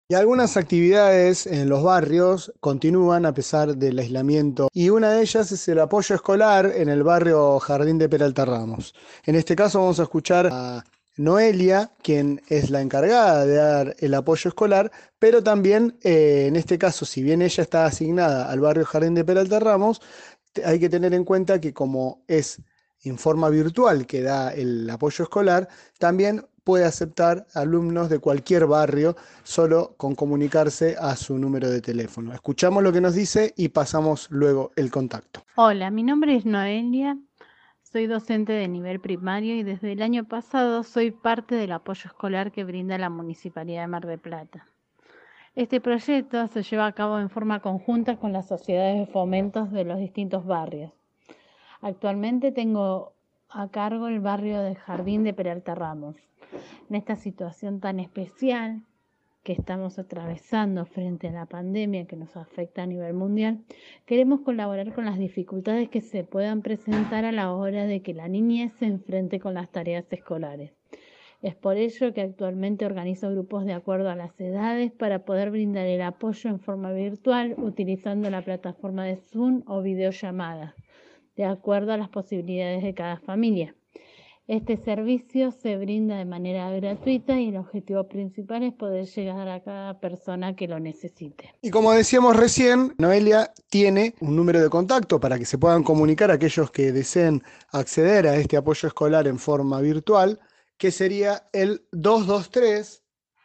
Y algunas actividades en los barrios continúan a pesar del aislamiento y una de ellas es el apoyo escolar en el barrio Jardín de Peralta Ramos. En este caso vamos a escuchar a Noelia, quien es la encargada de dar el apoyo escolar, pero también en este caso, si bien ella está asignada al barrio Jardín de Peralta Ramos, hay que tener en cuenta que como es en forma virtual que da el apoyo escolar, también puede aceptar alumnos de cualquier barrio solo con comunicarse a su número de teléfono. Escuchamos lo que nos dice y pasamos luego el contacto. Hola, mi nombre es Noelia, soy docente de nivel primario y desde el año pasado soy parte del apoyo escolar que brinda la Municipalidad de Mar del Plata. Este proyecto se lleva a cabo en forma conjunta con las sociedades de fomentos de los distintos barrios. Actualmente tengo a cargo el barrio de Jardín de Peralta Ramos. En esta situación tan especial que estamos atravesando frente a la pandemia que nos afecta a nivel mundial, queremos colaborar con las dificultades que se puedan presentar a la hora de que la niñez se enfrente con las tareas escolares. Es por ello que actualmente organizo grupos de acuerdo a las edades para poder brindar el apoyo en forma virtual utilizando la plataforma de Zoom o videollamadas, de acuerdo a las posibilidades de cada familia. Este servicio se brinda de manera gratuita y el objetivo principal es poder llegar a cada persona que lo necesite. Y como decíamos recién, Noelia tiene un número de contacto para que se puedan comunicar aquellos que deseen acceder a este apoyo escolar en forma virtual, que sería el 223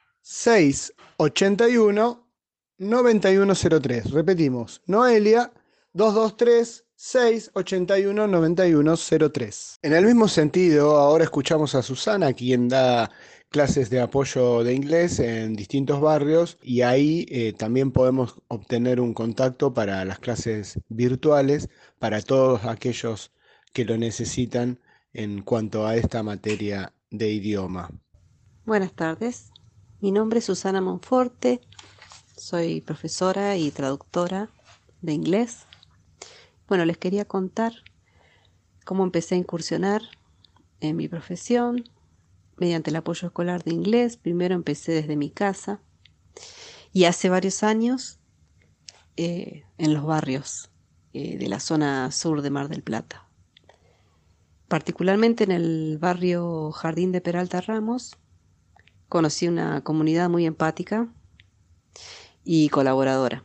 681 9103. Repetimos, Noelia 223 681 9103. En el mismo sentido, ahora escuchamos a Susana, quien da clases de apoyo de inglés en distintos barrios y ahí también podemos obtener un contacto para las clases virtuales para todos aquellos que lo necesitan en cuanto a esta materia de idioma. Buenas tardes, mi nombre es Susana Monforte, soy profesora y traductora de inglés. Bueno, les quería contar cómo empecé a incursionar en mi profesión mediante el apoyo escolar de inglés. Primero empecé desde mi casa y hace varios años en los barrios de la zona sur de Mar del Plata. Particularmente en el barrio Jardín de Peralta Ramos, conocí una comunidad muy empática y colaboradora.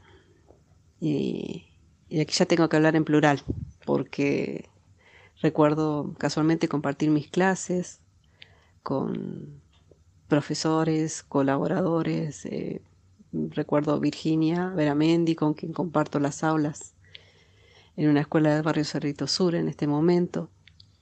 Y aquí ya tengo que hablar en plural, porque recuerdo casualmente compartir mis clases con profesores, colaboradores. Recuerdo Virginia Veramendi, con quien comparto las aulas en una escuela del barrio Cerrito Sur en este momento.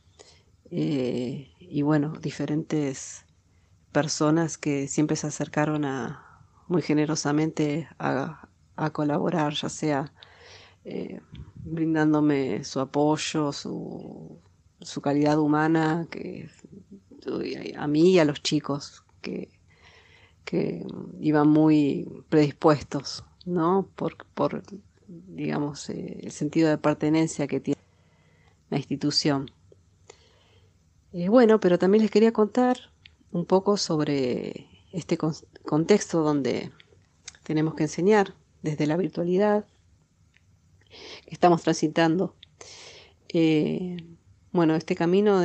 Y bueno, diferentes personas que siempre se acercaron muy generosamente a colaborar, ya sea brindándome su apoyo, su calidad humana, a mí y a los chicos que iban muy predispuestos, ¿no? Por digamos, el sentido de pertenencia que tiene la institución. Bueno, pero también les quería contar un poco sobre este contexto donde tenemos que enseñar desde la virtualidad que estamos transitando. Bueno, este camino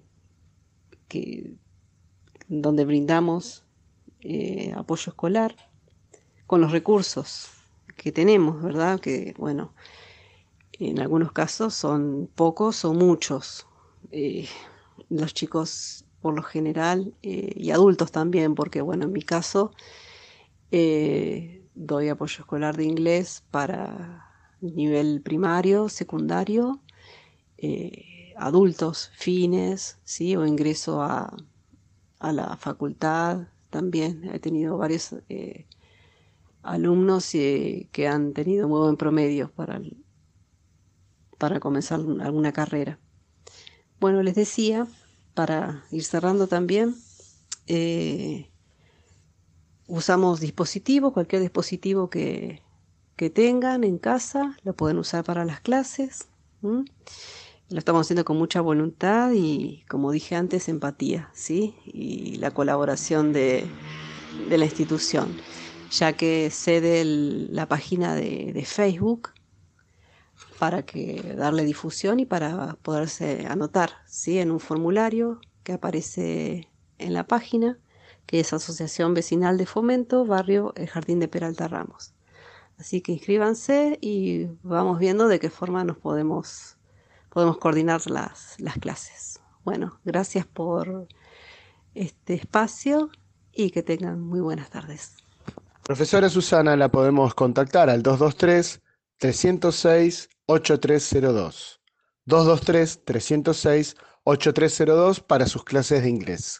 donde brindamos apoyo escolar con los recursos que tenemos, ¿verdad? Que, bueno, en algunos casos son pocos o muchos. Los chicos, por lo general, y adultos también, porque, bueno, en mi caso, doy apoyo escolar de inglés para nivel primario, secundario, adultos, fines, ¿sí? O ingreso a la facultad también. He tenido varios alumnos que han tenido muy buen promedio para comenzar alguna carrera. Bueno, les decía, para ir cerrando también, usamos dispositivos, cualquier dispositivo que tengan en casa, lo pueden usar para las clases. Lo estamos haciendo con mucha voluntad y, como dije antes, empatía, ¿sí? Y la colaboración de la institución. ya que cede la página de Facebook para darle difusión y para poderse anotar, ¿sí? En un formulario que aparece en la página, que es Asociación Vecinal de Fomento, Barrio El Jardín de Peralta Ramos. Así que inscríbanse y vamos viendo de qué forma nos podemos coordinar las clases. Bueno, gracias por este espacio y que tengan muy buenas tardes. Profesora Susana la podemos contactar al 223-306-8302. 223-306-8302 para sus clases de inglés.